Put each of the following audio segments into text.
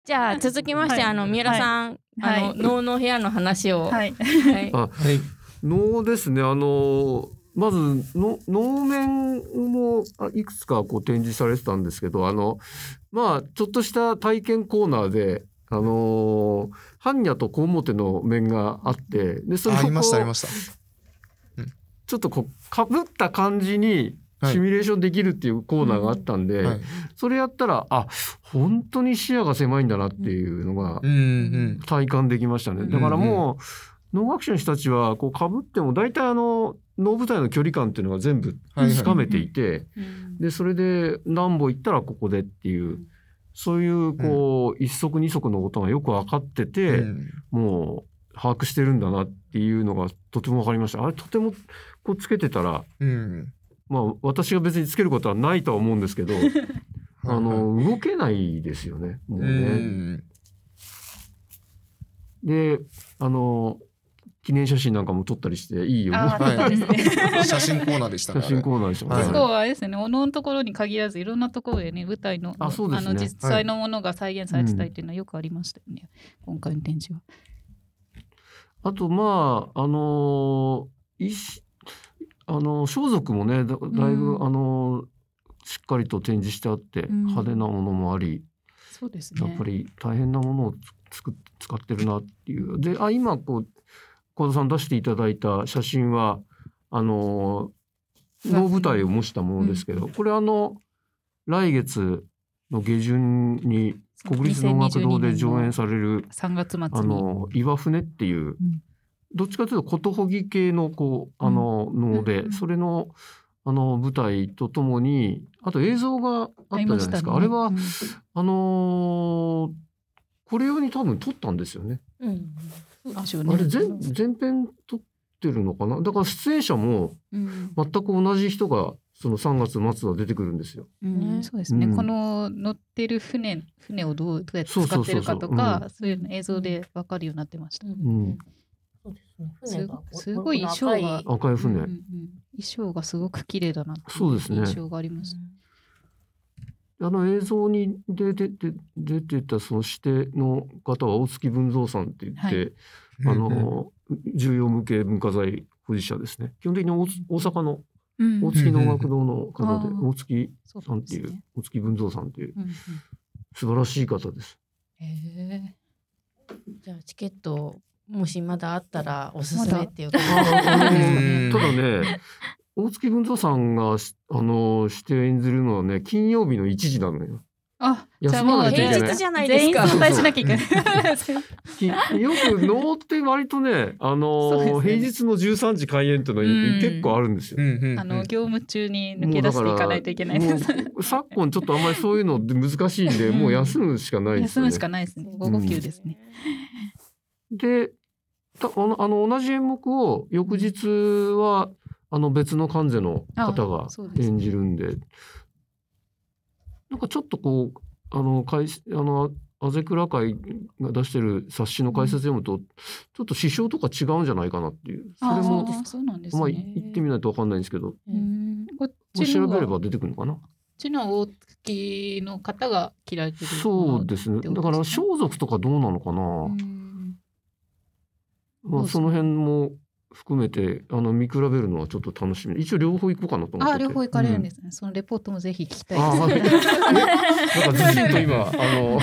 じゃあ続きまして、三浦さん、能の部屋の話を。 はい。 能ですね。まず能面もいくつかこう展示されてたんですけど、ちょっとした体験コーナーで、般若と小面の面があって、でそれをこうありました。 ちょっとこうかぶった感じにシミュレーションできるっていうコーナーがあったんで、それやったら本当に視野が狭いんだなっていうのが体感できましたね。だからもう能楽師の人たちはこうかぶっても大体能舞台の距離感っていうのが全部つかめていて、でそれで何歩行ったらここでっていう、そういうこう一足二足のことがよく分かってて、もう把握してるんだなっていうのがとても分かりました。あれとてもこうつけてたら、私が別につけることはないとは思うんですけど動けないですよね、もうね。で記念写真なんかも撮ったりしていいよ。 写真コーナーでしたね。 写真コーナーでしたね。 すごいあれですね。おのところに限らずいろんなところでね、舞台の実際のものが再現されてたりっていうのはよくありましたよね。今回の展示は。あと装束もねだいぶしっかりと展示してあって派手なものもあり、 そうですね。 やっぱり大変なものを使ってるなっていう。で今こう小田さん出していただいた写真は能舞台を模したものですけど、これ来月の下旬に国立能楽堂で上演される 3月末に岩船っていう、どっちかというとことほぎ系のこう能で、それの舞台とともにあと映像があったじゃないですか。あれはこれ用に多分撮ったんですよね。あれ全編撮ってるのかな。だから出演者も全く同じ人がその3月末は出てくるんですよ。 そうですね。この乗ってる船をどうやって使ってるかとか、そういうの映像で分かるようになってました。すごい衣装が赤い船、 衣装がすごく綺麗だなっていう印象があります。 映像に出てたその指定の方は大月文蔵さんって言って、重要無形文化財保持者ですね。基本的に大阪の大月能楽堂の方で、大月さんっていう、大月文蔵さんっていう素晴らしい方です。 じゃあチケットもしまだあったらおすすめっていうことただね、大月文蔵さんがして演ずるのはね、金曜日の1時なのよ。 じゃあもう平日じゃないですか。 全員参拝しなきゃいけない。 よく能って割とね、平日の13時開演っていうのは結構あるんですよ。 業務中に抜け出していかないといけないです。 昨今ちょっとあんまりそういうのって難しいんで、もう休むしかないですよね。 休むしかないですね。午後休ですね。 で、同じ演目を翌日は別の関西の方が演じるんで、なんかちょっとこうあぜくら会が出してる冊子の解説読むと、ちょっと師匠とか違うんじゃないかなっていう。それも言ってみないと分かんないんですけど、調べれば出てくるのかな。 こっちの大月の方が着られてる。 そうですね。だから装束とかどうなのかな。その辺も含めて見比べるのはちょっと楽しみ。一応両方行こうかなと思ってて。 両方行かれるんですね。そのレポートもぜひ聞きたいです。 なんかずっと今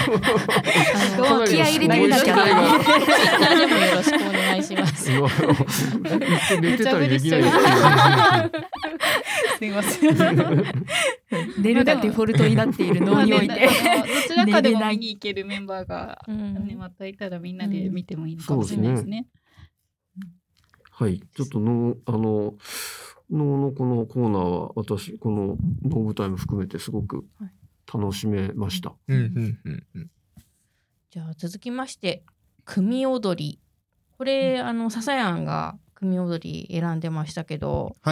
気合い入れてみなきゃ。でもよろしくお願いします。 寝てたりできない。 すいません。 寝るがデフォルトになっているのにおいて、 どちらかでも見に行けるメンバーがまたいたらみんなで見てもいいのかもしれないですね。 はい、ちょっと能のこのコーナーは私この能舞台も含めてすごく楽しめました。 じゃあ続きまして組踊り、これ笹谷が組踊り選んでましたけど、 はい。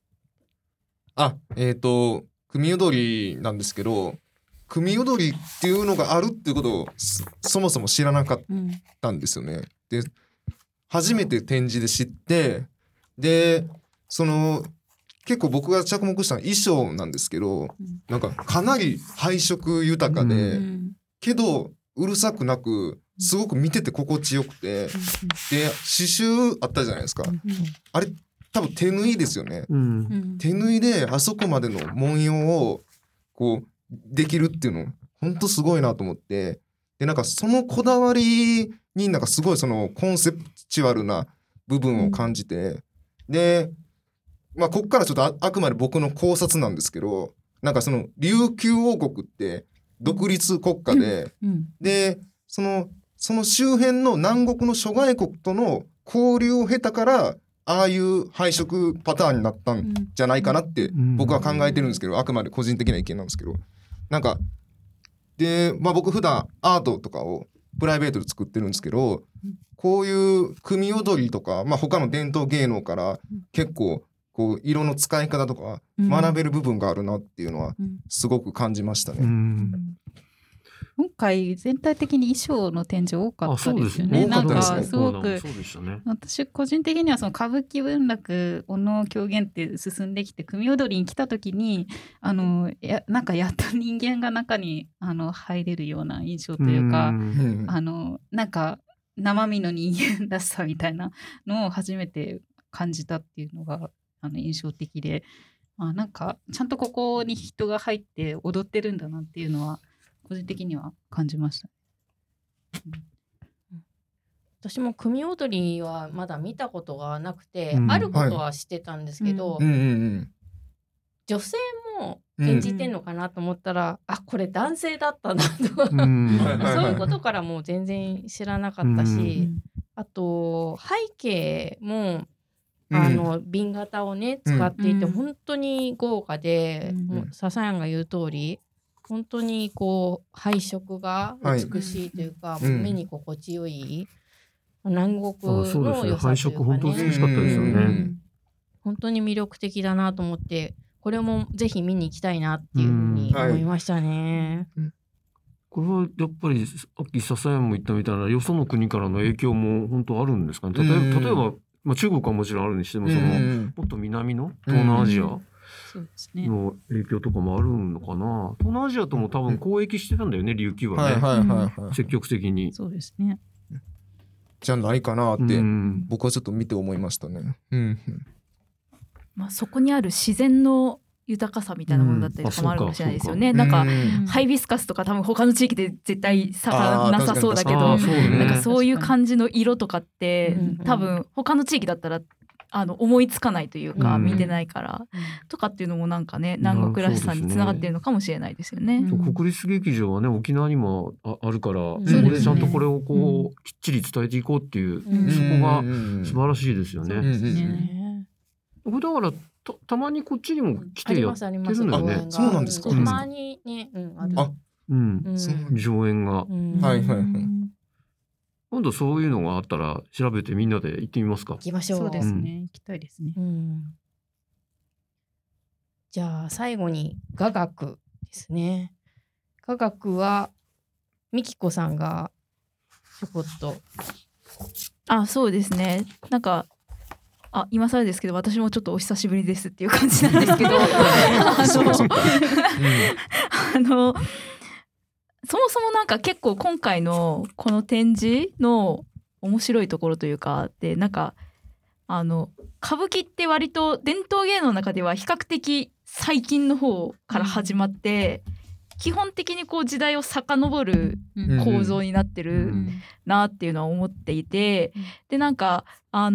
組踊りなんですけど、組踊りっていうのがあるっていうことをそもそも知らなかったんですよね。で初めて展示で知って、で結構僕が着目したのは衣装なんですけど、なんかかなり配色豊かで、けどうるさくなくすごく見てて心地よくて、で刺繍あったじゃないですか、あれ多分手縫いですよね、手縫いであそこまでの文様をこうできるっていうの本当すごいなと思って、でなんかそのこだわりになんかすごいそのコンセプチュアルな部分を感じて、でまあこっからちょっと あくまで僕の考察なんですけど、なんかその琉球王国って独立国家で、でその周辺の南国の諸外国との交流を経たからああいう配色パターンになったんじゃないかなって僕は考えてるんですけど、あくまで個人的な意見なんですけど、なんかで、まあ、僕普段アートとかをプライベートで作ってるんですけど、こういう組踊りとか、まあ、他の伝統芸能から結構こう色の使い方とか学べる部分があるなっていうのはすごく感じましたね。 今回全体的に衣装の展示多かったですよね。なんかすごく、私個人的にはその歌舞伎文楽お能狂言って進んできて組踊りに来た時になんかやっと人間が中に入れるような印象というか、なんか生身の人間らしさみたいなのを初めて感じたっていうのが印象的で、なんかちゃんとここに人が入って踊ってるんだなっていうのは個人的には感じました。 私も組踊りはまだ見たことがなくて、あることは知ってたんですけど、女性も演じてんのかなと思ったら、これ男性だったなとそういうことからもう全然知らなかったし、あと背景も紅型をね使っていて本当に豪華で、笹谷が言う通り本当にこう配色が美しいというか、目に心地よい南国の良さというかね、 配色本当美しかったですよね。 本当に魅力的だなと思って、これもぜひ見に行きたいなっていうふうに思いましたね。 これはやっぱりさっき笹谷も言ったみたいなよその国からの影響も本当あるんですかね。例えば、まあ、中国はもちろんあるにしても、そのもっと南の東南アジアの影響とかもあるのかな。東南アジアとも多分交易してたんだよね、琉球はね、積極的に。 そうですね。 じゃないかなって僕はちょっと見て思いましたね。 まあ、そこにある自然の豊かさみたいなものだったりとかもあるかもしれないですよね。なんかハイビスカスとか多分他の地域で絶対咲かなさそうだけど、なんかそういう感じの色とかって多分他の地域だったら思いつかないというか、見てないからとかっていうのもなんかね、南国らしさにつながっているのかもしれないですよね。 国立劇場はね沖縄にも あるから、そこでちゃんとこれをこうきっちり伝えていこうっていう、そこが素晴らしいですよね。だからたまにこっちにも来てやってるんだよね。 そうなんですか。 たまにね、ある。 上演が。今度そういうのがあったら調べてみんなで行ってみますか。 行きましょう。 そうですね。行きたいですね。 じゃあ最後に雅楽ですね。雅楽はみきこさんがちょこっと。 そうですね。なんか今更ですけど私もちょっとお久しぶりですっていう感じなんですけどそもそもなんか結構今回のこの展示の面白いところというかで、なんか歌舞伎って割と伝統芸能の中では比較的最近の方から始まって、基本的にこう時代を遡る構造になってるなっていうのは思っていて、でなんか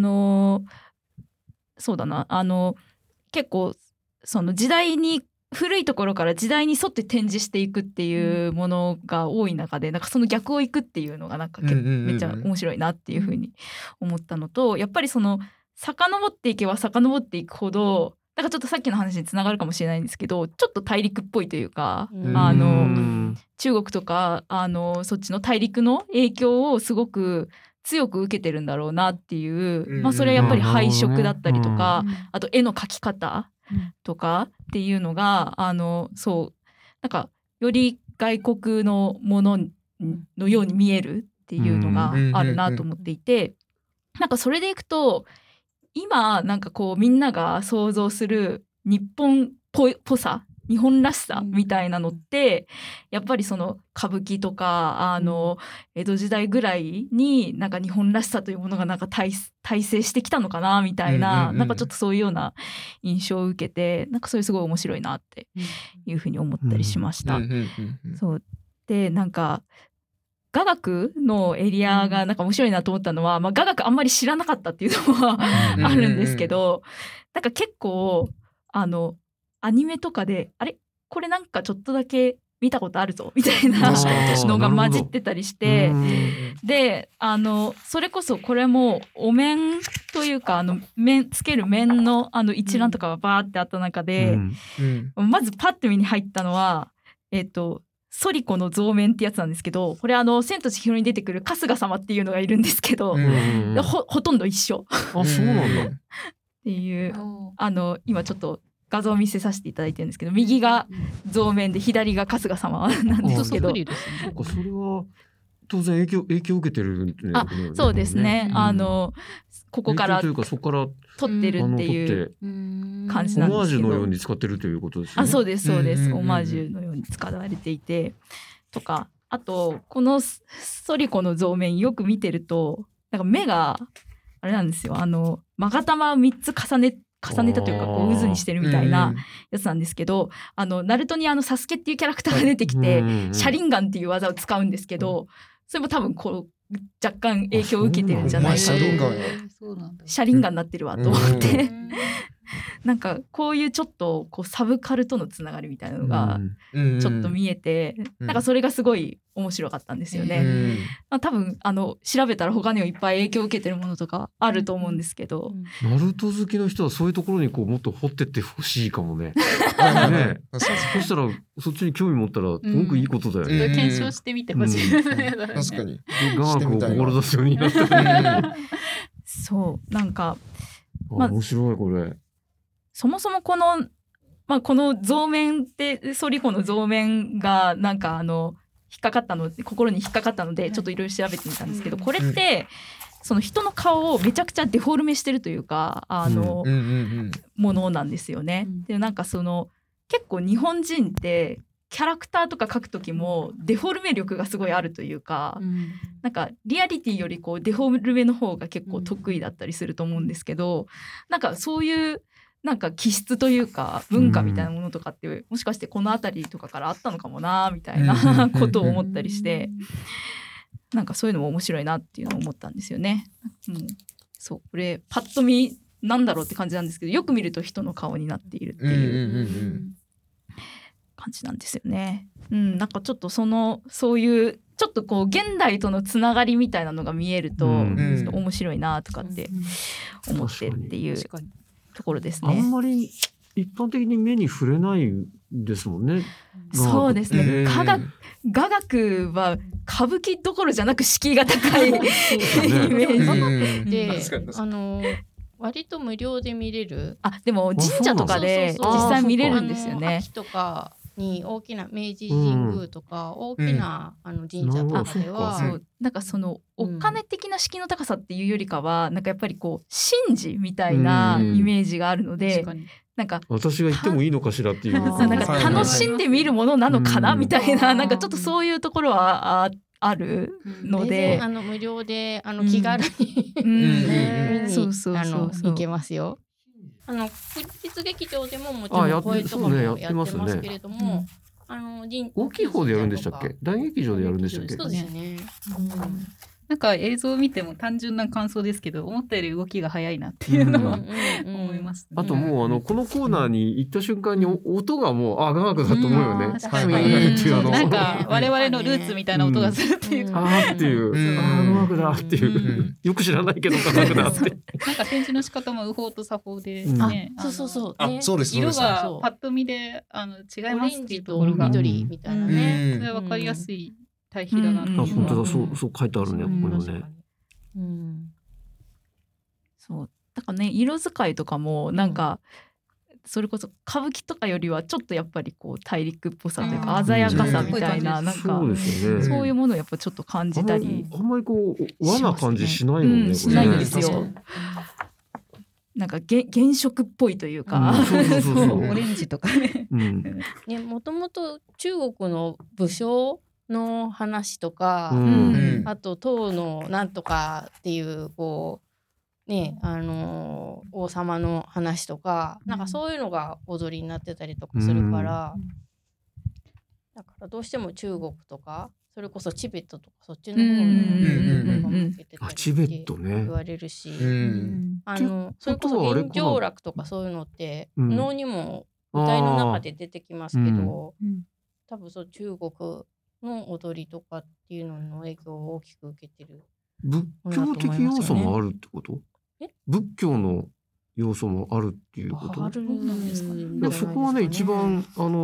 そうだな結構その時代に古いところから時代に沿って展示していくっていうものが多い中で、なんかその逆をいくっていうのがなんかめっちゃ面白いなっていうふうに思ったのと、やっぱりその遡っていけば遡っていくほどなんかちょっとさっきの話につながるかもしれないんですけど、ちょっと大陸っぽいというか、中国とかそっちの大陸の影響をすごく強く受けてるんだろうなっていう、それはやっぱり配色だったりとか、あと絵の描き方とかっていうのがそうなんかより外国のもののように見えるっていうのがあるなと思っていて、なんかそれでいくと今なんかこうみんなが想像する日本っぽさ日本らしさみたいなのってやっぱりその歌舞伎とか江戸時代ぐらいになんか日本らしさというものがなんか大成してきたのかなみたいな、なんかちょっとそういうような印象を受けて、なんかそれすごい面白いなっていうふうに思ったりしました。そうでなんか雅楽のエリアがなんか面白いなと思ったのは、雅楽あんまり知らなかったっていうのはあるんですけど、なんか結構アニメとかであれこれなんかちょっとだけ見たことあるぞみたいなのが混じってたりして、でそれこそこれもお面というかつける面の一覧とかがバーってあった中で、まずパッと目に入ったのはソリコの増面ってやつなんですけど、これ千と千尋に出てくる春日様っていうのがいるんですけど、ほとんど一緒そうなんだっていう今ちょっと画像を見せさせていただいてるんですけど、右が増面で左が春日様なんですけど、 そうか、それは当然影響を受けてるんね。 そうですね、ここからというかそこから撮ってるっていう感じなんですけど、 オマージュのように使ってるということですね。 そうですそうです、オマージュのように使われていてとか、あとこのソリコの増面よく見てるとなんか目があれなんですよ、勾玉を3つ重ねたというかこう渦にしてるみたいなやつなんですけど、ナルトにサスケっていうキャラクターが出てきて、シャリンガンっていう技を使うんですけど、それも多分こう若干影響を受けてるんじゃないかと。シャリンガンになってるわと思ってなんかこういうちょっとこうサブカルとのつながりみたいなのがちょっと見えて、なんかそれがすごい面白かったんですよね。多分調べたら他にもいっぱい影響を受けてるものとかあると思うんですけど、 ナルト好きの人はそういうところにこうもっと掘ってってほしいかもね。そしたらそっちに興味持ったらすごくいいことだよね。 検証してみてほしいですね。 確かに雅楽を志すようになったそうなんか面白いこれ。 そもそもこの増面ってソリコの増面がなんか心に引っかかったのでちょっといろいろ調べてみたんですけど、これってその人の顔をめちゃくちゃデフォルメしてるというかものなんですよね。でなんか結構日本人ってキャラクターとか描く時もデフォルメ力がすごいあるというか、なんかリアリティよりこうデフォルメの方が結構得意だったりすると思うんですけど、なんかそういうなんか気質というか文化みたいなものとかってもしかしてこの辺りとかからあったのかもなみたいなことを思ったりして、なんかそういうのも面白いなっていうのを思ったんですよね。そうこれパッと見なんだろうって感じなんですけど、よく見ると人の顔になっているっていう感じなんですよね。なんかちょっとそういうちょっとこう現代とのつながりみたいなのが見えると、ちょっと面白いなとかって思ってっていうところですね。 あんまり一般的に目に触れないですもんね。 そうですね。雅楽は歌舞伎どころじゃなく敷居が高いイメージで、割と無料で見れる。 でも神社とかで実際見れるんですよね。 秋とかに大きな明治神宮とか大きな神社とかでは、 なんかお金的な敷居の高さっていうよりかはなんかやっぱりこう神事みたいなイメージがあるので、なんか私が行ってもいいのかしらっていうなんか楽しんで見るものなのかなみたいな、なんかちょっとそういうところはあるので、 無料で気軽に見に行けますよ。国立劇場でももちろん声とかもやってますけれども、 大きい方でやるんでしたっけ？大劇場でやるんでしたっけ？ そうですね。 なんか映像を見ても単純な感想ですけど、思ったより動きが早いなっていうのは思います、ね。 あともうこのコーナーに行った瞬間に音がもう雅楽だと思うよね。 なんか我々のルーツみたいな音がするっていうか、 っていう雅楽だっていうよく知らないけど雅楽だって。 なんか展示の仕方も右法と左法でね、 そうです色がパッと見で違いますっていうところが緑みたいなね。 それは分かりやすい対比だなっていう。 本当だ、そう書いてあるね、ここにね。 そうだからね、色使いとかもなんかそれこそ歌舞伎とかよりはちょっとやっぱりこう大陸っぽさというか鮮やかさみたいな、なんかそういうものをやっぱちょっと感じたり、 あんまりこう和な感じしないもんね。 しないんですよ。 なんか原色っぽいというか、 オレンジとかね。 もともと中国の武将の話とか、あと唐のなんとかっていうこうね王様の話とか、なんかそういうのが踊りになってたりとかするから、だからどうしても中国とかそれこそチベットとかそっちの方に向けてたりって言われるし、それこそ元上楽とかそういうのって能にも歌いの中で出てきますけど、多分そう中国の踊りとかっていうのの影響を大きく受けてる。 仏教的要素もあるってこと？仏教の要素もあるっていうこと？ あるんですかね。 そこはね一番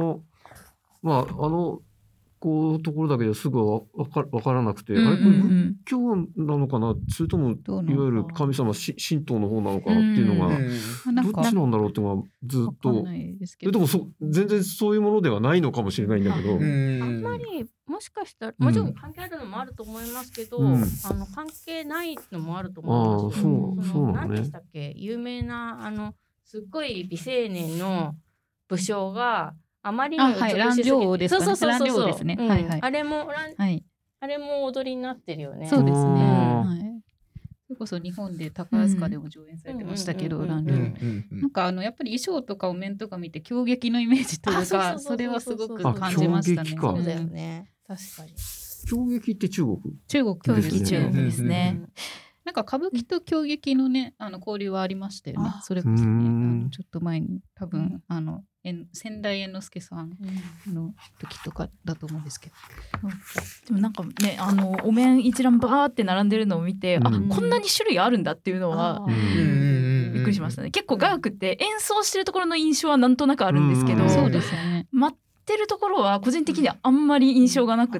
こうところだけですぐわからなくて、あれこれ仏教なのかな、それともいわゆる神様神道の方なのかなっていうのがどっちなんだろうっていうのがずっと。でも全然そういうものではないのかもしれないんだけど、 あんまりもしかしたらもちろん関係あるのもあると思いますけど、関係ないのもあると思いますよ。何でしたっけ、有名なすっごい美青年の武将があまりに美しすぎて、そうですね。あれも踊りになってるよね。 そうですね。それこそ日本で宝塚でも上演されてましたけど、なんかやっぱり衣装とかお面とか見て狂劇のイメージというか、それはすごく感じましたね。 そうだよね。確かに。 狂劇って中国ですね。 なんか歌舞伎と狂劇のね交流はありましたよね。それこそねちょっと前に多分千代猿之助さんの時とかだと思うんですけど、 でもなんかねお面一覧バーって並んでるのを見て、こんなに種類あるんだっていうのはびっくりしましたね。結構雅楽って演奏してるところの印象はなんとなくあるんですけど、 そうですよね。 ってるところは個人的にはあんまり印象がなくって、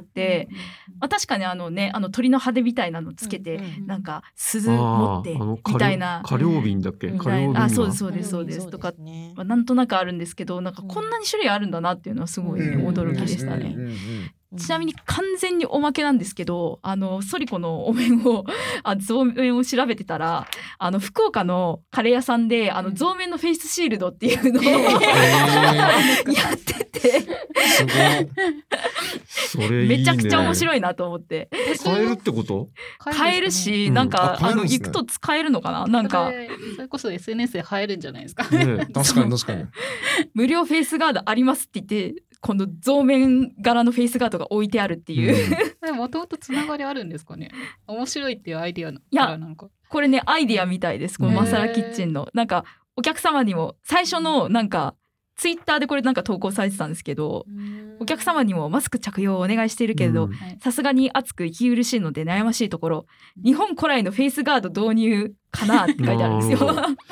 確かに鳥の羽みたいなのつけて、なんか鈴持ってみたいな火燎瓶だっけ、 そうですとかなんとなくあるんですけど、なんかこんなに種類あるんだなっていうのはすごい驚きでしたね。ちなみに完全におまけなんですけど、ソリコのお面を象面を調べてたら、福岡のカレー屋さんで象面のフェイスシールドっていうのをやっててそれいいね、 めちゃくちゃ面白いなと思って。 買えるってこと？ 買えるし、なんか行くと使えるのかな、なんかそれこそ SNS で映えるんじゃないですか。 確かに無料フェイスガードありますって言って、今度象面柄のフェイスガードが置いてあるっていう、 もともとつながりあるんですかね。面白いっていうアイディアのからなのか。 これねアイディアみたいです。このマサラキッチンのなんかお客様にも最初のなんかツイッターでこれなんか投稿されてたんですけど、お客様にもマスク着用をお願いしているけれど、さすがに暑く息苦しいので悩ましいところ、日本古来のフェイスガード導入かなって書いてあるんですよ。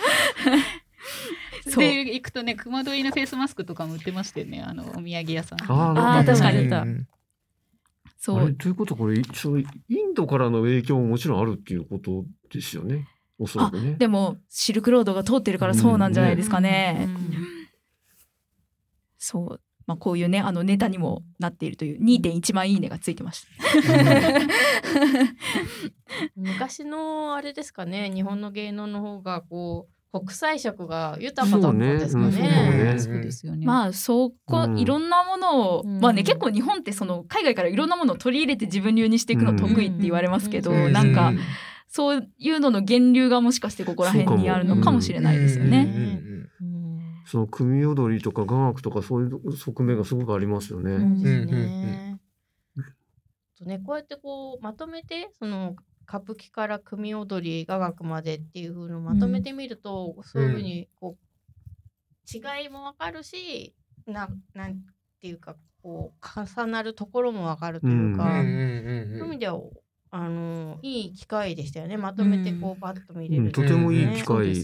で行くとね、熊取のフェイスマスクとかも売ってましたよね、お土産屋さん。 確かにそうということはこれインドからの影響ももちろんあるっていうことですよね、おそらくね。 でもシルクロードが通ってるからそうなんじゃないですかね。そう、こういうねネタにもなっているという 2.1 万いいねがついてました。 昔のあれですかね、日本の芸能の方がこう国際色が豊かだったんですかね。 そうですよね。 いろんなものを、結構日本ってその海外からいろんなものを取り入れて自分流にしていくの得意って言われますけど、なんかそういうのの源流がもしかしてここら辺にあるのかもしれないですよね。 その組踊りとか雅楽とかそういう側面がすごくありますよね。 こうやってこうまとめてその歌舞伎から組踊り雅楽までっていう風のをまとめてみると、そういう風にこう違いもわかるし、なんていうかこう重なるところもわかるというか、そういう意味ではいい機会でしたよね。まとめてこうバッと見れる、 とてもいい機会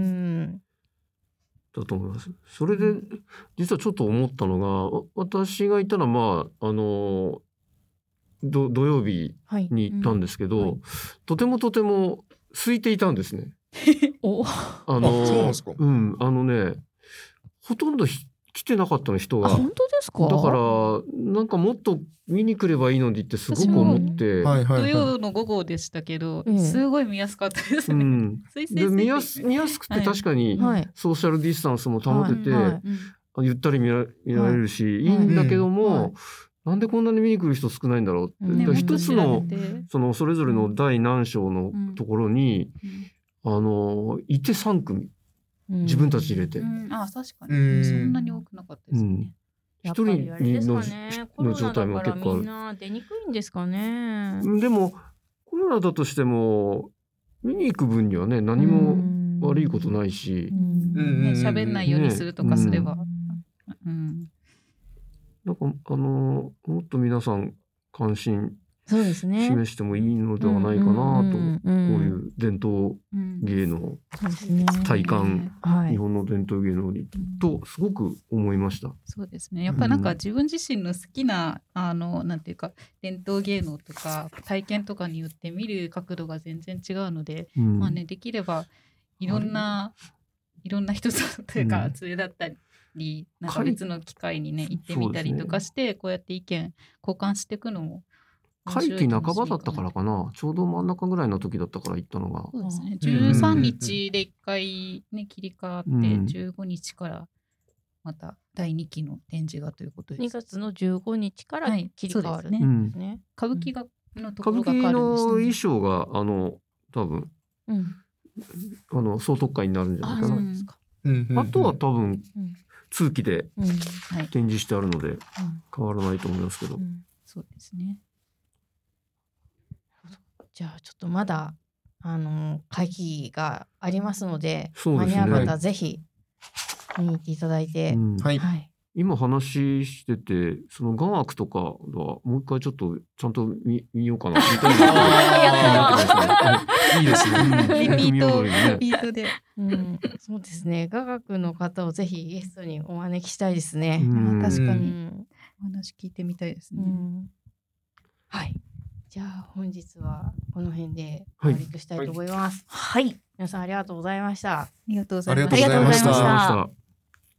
だと思います。それで実はちょっと思ったのが、私がいたら土曜日に行ったんですけど、とても空いていたんですね。 そうなんですか。 ほとんど来てなかったの人が。 本当ですか？ だからなんかもっと見に来ればいいのにってすごく思って、 土曜の午後でしたけど、すごい見やすかったですね。 で見やすくて確かにソーシャルディスタンスも保てて、ゆったり見られるし、いいんだけども、なんでこんなに見に来る人少ないんだろうって、一つのそのそれぞれの第何章のところに、いて3組自分たち入れて、 確かにそんなに多くなかったですね。 一人の状態も結構ある。 みんな出にくいんですかね。 でもコロナだとしても見に行く分にはね、何も悪いことないし、 喋んないようにするとかすれば、 なんかもっと皆さん関心そうですね、 示してもいいのではないかなと、こういう伝統芸能、体感、日本の伝統芸能にとすごく思いました。 そうですね。やっぱりなんか自分自身の好きななんていうか伝統芸能とか体験とかによって見る角度が全然違うので、まあね、できればいろんな人というか連れだったり、なんか別の機会にね行ってみたりとかして、こうやって意見交換していくのも会期半ばだったからかな、ちょうど真ん中ぐらいの時だったから行ったのが。 そうですね。13日で1回ね切り替わって、15日からまた第2期の展示がということです。 2月の15日から切り替わるね。 歌舞伎のところが変わるんですね。歌舞伎の衣装が多分総特会になるんじゃないかな。あとは多分通期で展示してあるので変わらないと思いますけど。 そうですね。 じゃあちょっとまだ会期がありますので、 間に合う方ぜひ見に行っていただいて、 今話しててその雅楽とかはもう一回ちょっとちゃんと見ようかな。 いいですね。 リピートで。 そうですね。雅楽の方をぜひゲストにお招きしたいですね。 確かにお話聞いてみたいですね。 はい。じゃあ本日はこの辺で終わりとしたいと思います。 はい。 皆さんありがとうございました。 ありがとうございました。 ありがとうございました。